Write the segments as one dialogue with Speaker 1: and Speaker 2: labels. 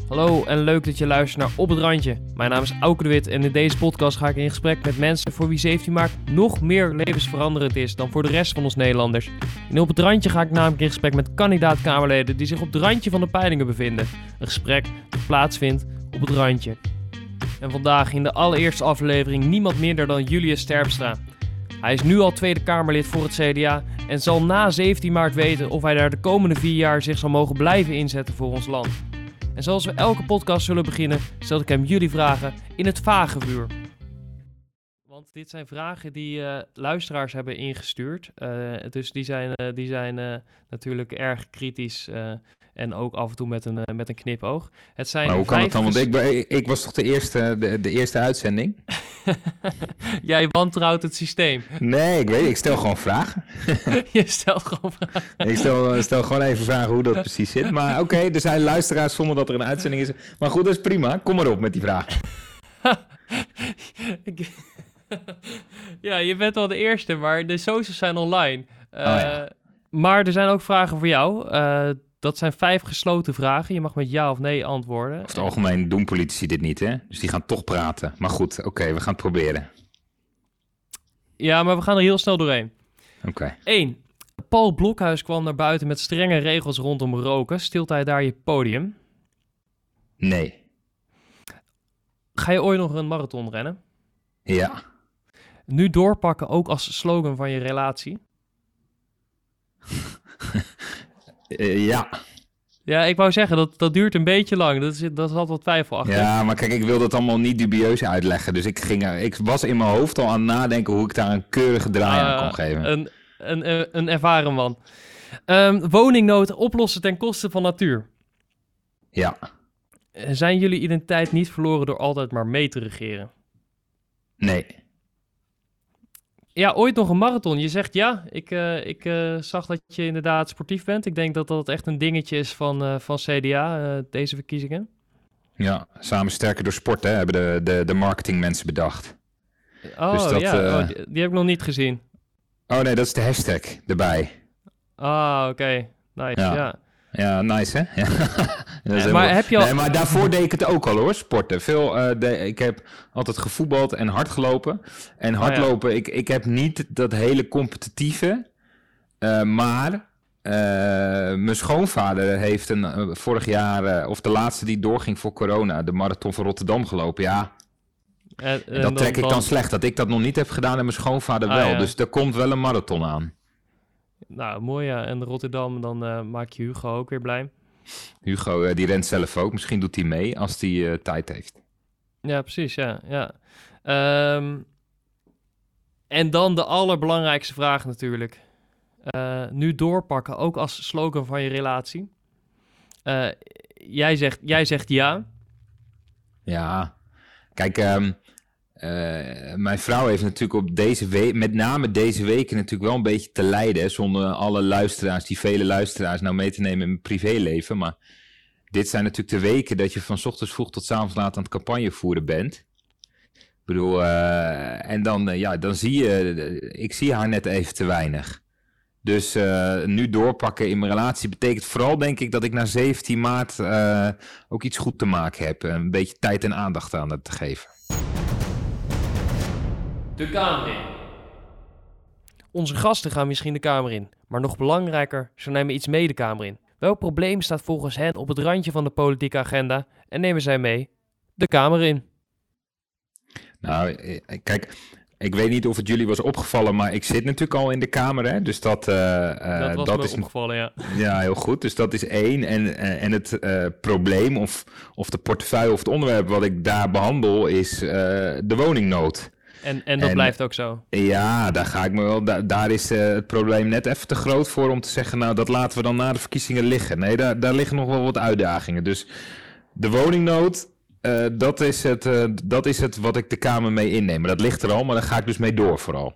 Speaker 1: Hallo en leuk dat je luistert naar Op het Randje. Mijn naam is Auke de Wit en in deze podcast ga ik in gesprek met mensen voor wie 17 maart nog meer levensveranderend is dan voor de rest van ons Nederlanders. En op het randje ga ik namelijk in gesprek met kandidaat-Kamerleden die zich op het randje van de peilingen bevinden. Een gesprek dat plaatsvindt op het randje. En vandaag in de allereerste aflevering niemand minder dan Julius Terpstra. Hij is nu al Tweede Kamerlid voor het CDA en zal na 17 maart weten of hij daar de komende 4 jaar zich zal mogen blijven inzetten voor ons land. En zoals we elke podcast zullen beginnen, stel ik hem jullie vragen in het vagevuur. Want dit zijn vragen die luisteraars hebben ingestuurd. Dus die zijn natuurlijk erg kritisch en ook af en toe met een knipoog. Het zijn
Speaker 2: maar hoe kan het dan? Want ik was toch de eerste uitzending?
Speaker 1: Jij wantrouwt het systeem.
Speaker 2: Nee, ik weet het. Ik stel gewoon vragen.
Speaker 1: Je stelt gewoon vragen.
Speaker 2: Ik stel gewoon even vragen hoe dat precies zit. Maar oké, er zijn luisteraars zonder dat er een uitzending is. Maar goed, dat is prima. Kom maar op met die vraag.
Speaker 1: Ja, je bent wel de eerste, maar de socials zijn online.
Speaker 2: Ja.
Speaker 1: Maar er zijn ook vragen voor jou. Dat zijn 5 gesloten vragen. Je mag met ja of nee antwoorden.
Speaker 2: Over het algemeen doen politici dit niet, hè? Dus die gaan toch praten. Maar goed, oké, we gaan het proberen.
Speaker 1: Ja, maar we gaan er heel snel doorheen.
Speaker 2: Oké.
Speaker 1: 1. Paul Blokhuis kwam naar buiten met strenge regels rondom roken. Stilt hij daar je podium?
Speaker 2: Nee.
Speaker 1: Ga je ooit nog een marathon rennen?
Speaker 2: Ja.
Speaker 1: Nu doorpakken ook als slogan van je relatie?
Speaker 2: Ja.
Speaker 1: Ja, ik wou zeggen, dat duurt een beetje lang. Dat is altijd wat twijfel achter.
Speaker 2: Ja, maar kijk, ik wil dat allemaal niet dubieus uitleggen. Dus ik was in mijn hoofd al aan het nadenken hoe ik daar een keurige draai aan kon geven.
Speaker 1: Een ervaren man. Woningnood oplossen ten koste van natuur.
Speaker 2: Ja.
Speaker 1: Zijn jullie identiteit niet verloren door altijd maar mee te regeren?
Speaker 2: Nee.
Speaker 1: Ja, ooit nog een marathon. Je zegt ja, ik zag dat je inderdaad sportief bent. Ik denk dat dat echt een dingetje is van CDA, deze verkiezingen.
Speaker 2: Ja, samen sterker door sport, hè, hebben de marketingmensen bedacht.
Speaker 1: Oh
Speaker 2: dus dat,
Speaker 1: ja, die heb ik nog niet gezien.
Speaker 2: Oh nee, dat is de hashtag erbij.
Speaker 1: Ah, oké. Nice, ja.
Speaker 2: Ja, nice hè? Ja.
Speaker 1: Maar heb je al...
Speaker 2: Nee, maar daarvoor deed ik het ook al hoor, sporten. Ik heb altijd gevoetbald en hard gelopen. En hardlopen, ik heb niet dat hele competitieve. Maar mijn schoonvader heeft vorig jaar, of de laatste die doorging voor corona, de marathon van Rotterdam gelopen. Ja, dat trek ik dan slecht. Dat ik dat nog niet heb gedaan en mijn schoonvader wel. Ja. Dus er komt wel een marathon aan.
Speaker 1: Nou, mooi ja. En Rotterdam, dan maak je Hugo ook weer blij.
Speaker 2: Hugo, die rent zelf ook. Misschien doet hij mee als hij tijd heeft.
Speaker 1: Ja, precies, ja. En dan de allerbelangrijkste vraag natuurlijk. Nu doorpakken, ook als slogan van je relatie. Jij zegt ja.
Speaker 2: Ja, kijk... mijn vrouw heeft natuurlijk op deze week, met name deze weken natuurlijk wel een beetje te lijden. Zonder alle luisteraars, die vele luisteraars nou mee te nemen in mijn privéleven. Maar dit zijn natuurlijk de weken dat je van 's ochtends vroeg tot 's avonds laat aan het campagne voeren bent. Ik bedoel, en dan zie je, ik zie haar net even te weinig. Dus nu doorpakken in mijn relatie betekent vooral denk ik dat ik na 17 maart ook iets goed te maken heb. Een beetje tijd en aandacht aan het te geven.
Speaker 1: De Kamer in. Onze gasten gaan misschien de Kamer in, maar nog belangrijker, ze nemen iets mee de Kamer in. Welk probleem staat volgens hen op het randje van de politieke agenda en nemen zij mee de Kamer in?
Speaker 2: Nou, kijk, ik weet niet of het jullie was opgevallen, maar ik zit natuurlijk al in de Kamer, hè? Dus dat
Speaker 1: was me opgevallen, ja.
Speaker 2: Ja, heel goed. Dus dat is 1. En het probleem of de portefeuille of het onderwerp wat ik daar behandel is de woningnood.
Speaker 1: En dat blijft ook zo?
Speaker 2: Ja, daar ga ik me wel. Daar is het probleem net even te groot voor om te zeggen, nou, dat laten we dan na de verkiezingen liggen. Nee, daar liggen nog wel wat uitdagingen. Dus de woningnood, dat is het wat ik de Kamer mee inneem. Maar dat ligt er al, maar daar ga ik dus mee door vooral.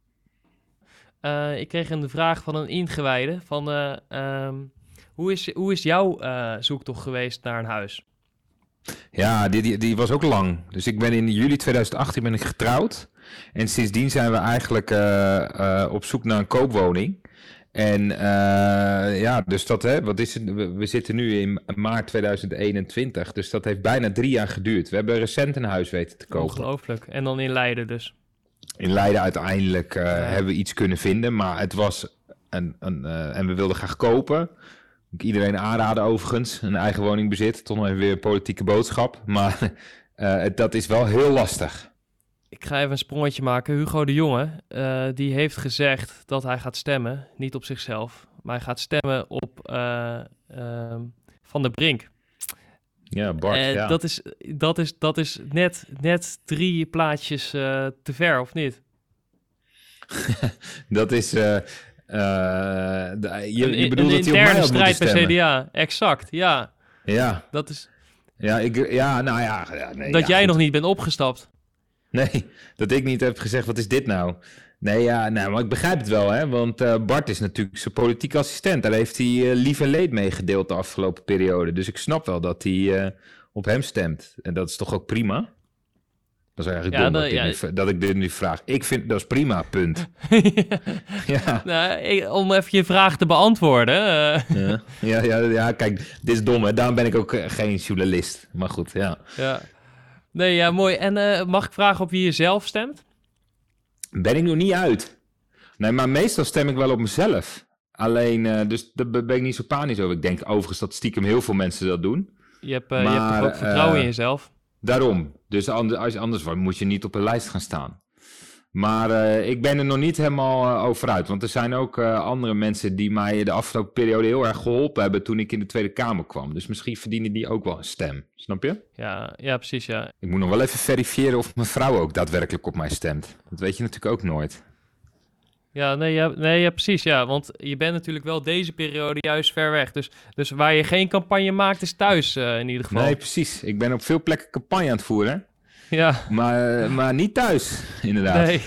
Speaker 1: Ik kreeg een vraag van een ingewijde van hoe is jouw zoektocht geweest naar een huis?
Speaker 2: Ja, die was ook lang. Dus ik ben in juli 2018 getrouwd. En sindsdien zijn we eigenlijk op zoek naar een koopwoning. En dus dat, hè, wat is het? We zitten nu in maart 2021, dus dat heeft bijna 3 jaar geduurd. We hebben recent een huis weten te kopen.
Speaker 1: Ongelooflijk. En dan in Leiden dus.
Speaker 2: In Leiden uiteindelijk hebben we iets kunnen vinden, maar het was en we wilden graag kopen. Ik iedereen aanraden overigens, een eigen woning bezit. Toch nog even weer een politieke boodschap, maar dat is wel heel lastig.
Speaker 1: Ik ga even een sprongetje maken. Hugo de Jonge, die heeft gezegd dat hij gaat stemmen. Niet op zichzelf, maar hij gaat stemmen op Van der Brink.
Speaker 2: Ja, Bart, ja.
Speaker 1: Dat is net 3 plaatjes te ver, of niet?
Speaker 2: Dat is... je bedoelt
Speaker 1: een
Speaker 2: dat hij op mij had
Speaker 1: strijd
Speaker 2: moeten
Speaker 1: bij
Speaker 2: stemmen?
Speaker 1: CDA, exact, ja.
Speaker 2: Ja.
Speaker 1: Dat is
Speaker 2: Nee,
Speaker 1: jij
Speaker 2: goed.
Speaker 1: nog niet bent opgestapt.
Speaker 2: Nee, dat ik niet heb gezegd, wat is dit nou? Nee, maar ik begrijp het wel, hè. Want Bart is natuurlijk zijn politieke assistent. Daar heeft hij lief en leed meegedeeld de afgelopen periode. Dus ik snap wel dat hij op hem stemt. En dat is toch ook prima? Dat is eigenlijk dom dat ik dit nu vraag. Ik vind, dat is prima, punt. Ja.
Speaker 1: Nou, om even je vraag te beantwoorden.
Speaker 2: Ja, kijk, dit is dom, hè. Daarom ben ik ook geen journalist. Maar goed, ja.
Speaker 1: Ja. Nee, ja, mooi. En mag ik vragen op wie je zelf stemt?
Speaker 2: Ben ik nog niet uit. Nee, maar meestal stem ik wel op mezelf. Alleen, dus daar ben ik niet zo panisch over. Ik denk overigens dat stiekem heel veel mensen dat doen.
Speaker 1: Je hebt toch ook vertrouwen in jezelf?
Speaker 2: Daarom. Dus anders moet je niet op een lijst gaan staan. Maar ik ben er nog niet helemaal over uit. Want er zijn ook andere mensen die mij de afgelopen periode heel erg geholpen hebben toen ik in de Tweede Kamer kwam. Dus misschien verdienen die ook wel een stem. Snap je?
Speaker 1: Ja, precies, ja.
Speaker 2: Ik moet nog wel even verifiëren of mijn vrouw ook daadwerkelijk op mij stemt. Dat weet je natuurlijk ook nooit.
Speaker 1: Ja, nee, precies, ja. Want je bent natuurlijk wel deze periode juist ver weg. Dus waar je geen campagne maakt is thuis in ieder geval.
Speaker 2: Nee, precies. Ik ben op veel plekken campagne aan het voeren.
Speaker 1: Ja.
Speaker 2: Maar niet thuis, inderdaad.
Speaker 1: Nee.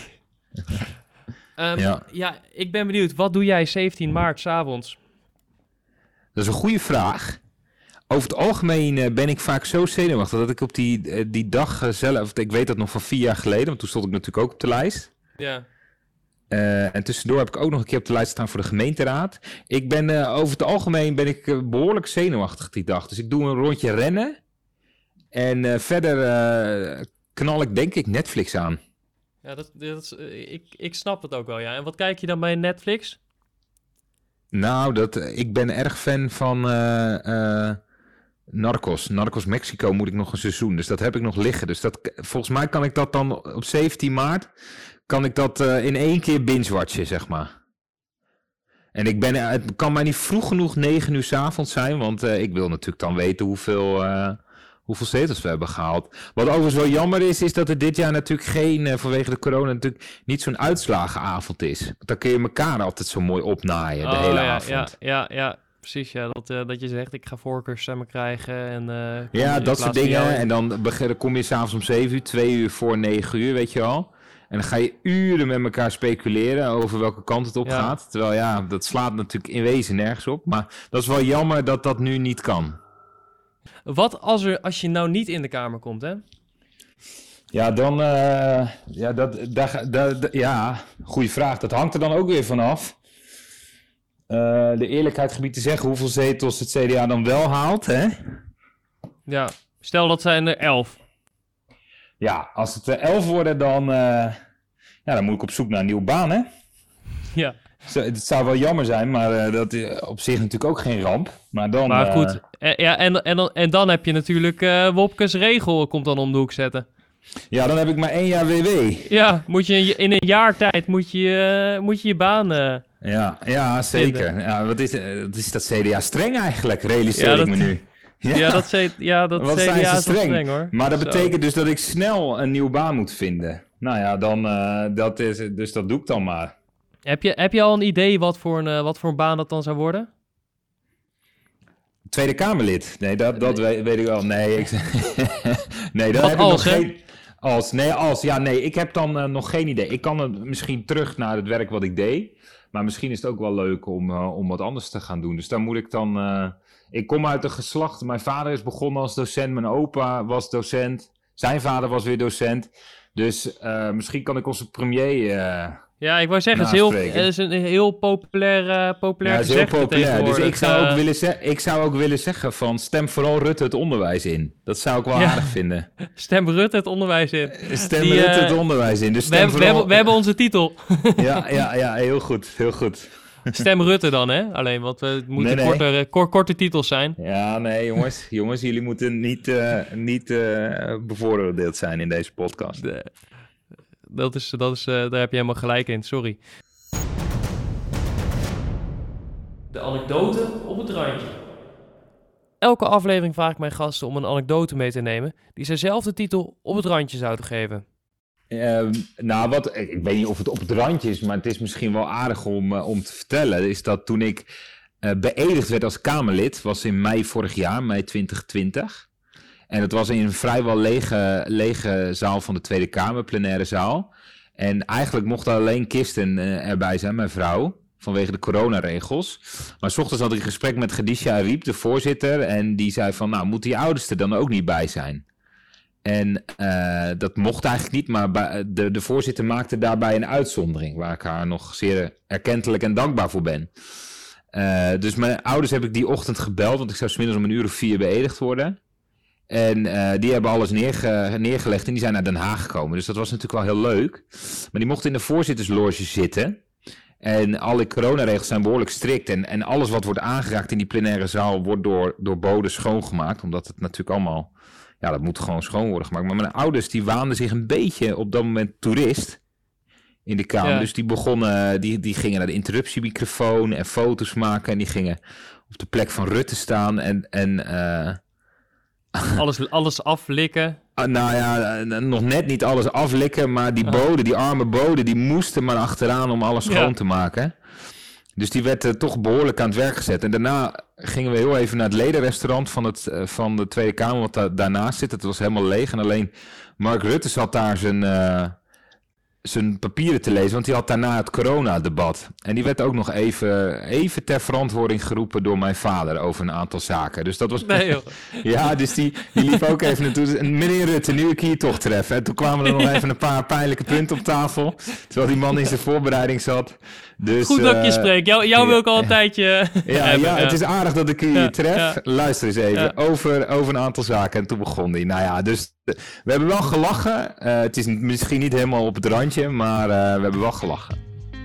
Speaker 1: Ja, ik ben benieuwd. Wat doe jij 17 maart 's avonds?
Speaker 2: Dat is een goede vraag. Over het algemeen ben ik vaak zo zenuwachtig dat ik op die dag zelf... Ik weet dat nog van 4 jaar geleden, want toen stond ik natuurlijk ook op de lijst.
Speaker 1: Ja.
Speaker 2: En tussendoor heb ik ook nog een keer op de lijst staan voor de gemeenteraad. Over het algemeen ben ik behoorlijk zenuwachtig die dag. Dus ik doe een rondje rennen. En verder knal ik denk ik Netflix aan.
Speaker 1: Ja, ik snap het ook wel, ja. En wat kijk je dan bij Netflix?
Speaker 2: Nou, ik ben erg fan van Narcos. Narcos Mexico moet ik nog een seizoen. Dus dat heb ik nog liggen. Dus volgens mij kan ik dat dan op 17 maart... kan ik dat in 1 keer binge-watchen, zeg maar. En het kan mij niet vroeg genoeg 9 uur 's avonds zijn... want ik wil natuurlijk dan weten hoeveel zetels we hebben gehaald. Wat overigens wel jammer is dat er dit jaar natuurlijk geen... vanwege de corona natuurlijk niet zo'n uitslagenavond is. Want dan kun je elkaar altijd zo mooi opnaaien, de hele avond.
Speaker 1: Ja, precies. Ja, dat je zegt, ik ga voorkeursstemmen krijgen. En,
Speaker 2: dat soort dingen. En dan kom je s'avonds om 7 uur, 2 uur voor 9 uur, weet je wel... En dan ga je uren met elkaar speculeren over welke kant het op gaat. Terwijl dat slaat natuurlijk in wezen nergens op. Maar dat is wel jammer dat dat nu niet kan.
Speaker 1: Wat als je nou niet in de Kamer komt, hè?
Speaker 2: Ja, dan... goede vraag. Dat hangt er dan ook weer vanaf. De eerlijkheid gebied te zeggen hoeveel zetels het CDA dan wel haalt, hè?
Speaker 1: Ja, stel dat zijn er 11.
Speaker 2: Ja, als het 11 worden, dan moet ik op zoek naar een nieuwe baan, hè?
Speaker 1: Ja.
Speaker 2: Het zou wel jammer zijn, maar dat is op zich natuurlijk ook geen ramp. Maar
Speaker 1: goed, en dan heb je natuurlijk Wopkes regel komt dan om de hoek zetten.
Speaker 2: Ja, dan heb ik maar 1 jaar WW.
Speaker 1: Ja, in een jaar tijd moet je je baan...
Speaker 2: Ja, zeker. Ja, wat is dat CDA streng eigenlijk, realiseer ik me nu.
Speaker 1: Dat CDA is streng hoor.
Speaker 2: Maar dat betekent dus dat ik snel een nieuwe baan moet vinden. Nou ja, dat doe ik dan maar.
Speaker 1: Heb je al een idee wat voor een baan dat dan zou worden?
Speaker 2: Tweede Kamerlid. Nee, dat weet ik wel. Nee, nee, dat heb ik nog geen... ik heb dan nog geen idee. Ik kan misschien terug naar het werk wat ik deed. Maar misschien is het ook wel leuk om wat anders te gaan doen. Dus daar moet ik dan... Ik kom uit een geslacht. Mijn vader is begonnen als docent. Mijn opa was docent. Zijn vader was weer docent. Dus misschien kan ik onze premier
Speaker 1: Ja, ik wou zeggen, het is een heel populair gezegde.
Speaker 2: Heel populair. Dus ik zou ook willen zeggen van stem vooral Rutte het onderwijs in. Dat zou ik wel aardig vinden.
Speaker 1: Stem Rutte het onderwijs in.
Speaker 2: Rutte het onderwijs in. Dus
Speaker 1: we hebben onze titel.
Speaker 2: Ja, heel goed.
Speaker 1: Stem Rutte dan, hè? Alleen, want het moeten korte titels zijn.
Speaker 2: Ja, nee, jongens, jullie moeten niet bevooroordeeld zijn in deze podcast.
Speaker 1: Daar heb je helemaal gelijk in, sorry. De anekdote op het randje. Elke aflevering vraag ik mijn gasten om een anekdote mee te nemen die zij zelf de titel op het randje zouden geven.
Speaker 2: Ik weet niet of het op het randje is, maar het is misschien wel aardig om te vertellen, is dat toen ik beëdigd werd als Kamerlid, was in mei vorig jaar, mei 2020. En het was in een vrijwel lege zaal van de Tweede Kamer, plenaire zaal. En eigenlijk mocht alleen Kirsten erbij zijn, mijn vrouw, vanwege de coronaregels. Maar 's ochtends had ik een gesprek met Khadija Ariep, de voorzitter, en die zei van, nou, moeten die ouders er dan ook niet bij zijn? En dat mocht eigenlijk niet, maar de voorzitter maakte daarbij een uitzondering, waar ik haar nog zeer erkentelijk en dankbaar voor ben. Dus mijn ouders heb ik die ochtend gebeld, want ik zou 's middags om 3:00 beëdigd worden. En die hebben alles neergelegd en die zijn naar Den Haag gekomen. Dus dat was natuurlijk wel heel leuk. Maar die mochten in de voorzittersloge zitten. En alle coronaregels zijn behoorlijk strikt. En alles wat wordt aangeraakt in die plenaire zaal wordt door boden schoongemaakt. Omdat het natuurlijk allemaal, ja, dat moet gewoon schoon worden gemaakt. Maar mijn ouders die waanden zich een beetje op dat moment toerist in de Kamer. Ja. Dus die begonnen, die gingen naar de interruptiemicrofoon en foto's maken. En die gingen op de plek van Rutte staan en
Speaker 1: alles aflikken.
Speaker 2: Nou ja, nog net niet alles aflikken, maar die arme boden, die moesten maar achteraan om alles schoon te maken. Dus die werd toch behoorlijk aan het werk gezet. En daarna gingen we heel even naar het ledenrestaurant van de Tweede Kamer, wat daarnaast zit. Het was helemaal leeg en alleen Mark Rutte zat daar zijn papieren te lezen, want die had daarna het coronadebat. En die werd ook nog even ter verantwoording geroepen door mijn vader over een aantal zaken. Dus dat was...
Speaker 1: Nee, joh.
Speaker 2: Ja, dus die liep ook even naartoe. Meneer Rutte, nu ik hier toch treffen. En toen kwamen er nog even een paar pijnlijke punten op tafel, terwijl die man in zijn voorbereiding zat. Dus,
Speaker 1: goed dat ik je spreek. Jou wil ik al een tijdje
Speaker 2: Ja, het is aardig dat ik u hier tref. Ja. Luister eens even, over een aantal zaken. En toen begon hij. Nou ja, dus we hebben wel gelachen. Het is misschien niet helemaal op het randje, maar we hebben wel gelachen.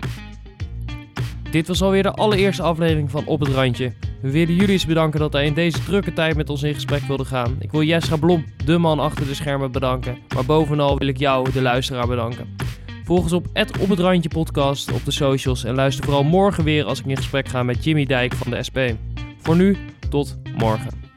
Speaker 1: Dit was alweer de allereerste aflevering van Op het Randje. We willen jullie eens bedanken dat hij in deze drukke tijd met ons in gesprek wilde gaan. Ik wil Jesra Blom, de man achter de schermen, bedanken. Maar bovenal wil ik jou, de luisteraar, bedanken. Volg ons op @ophetrandje podcast op de socials en luister vooral morgen weer als ik in gesprek ga met Jimmy Dijk van de SP. Voor nu, tot morgen.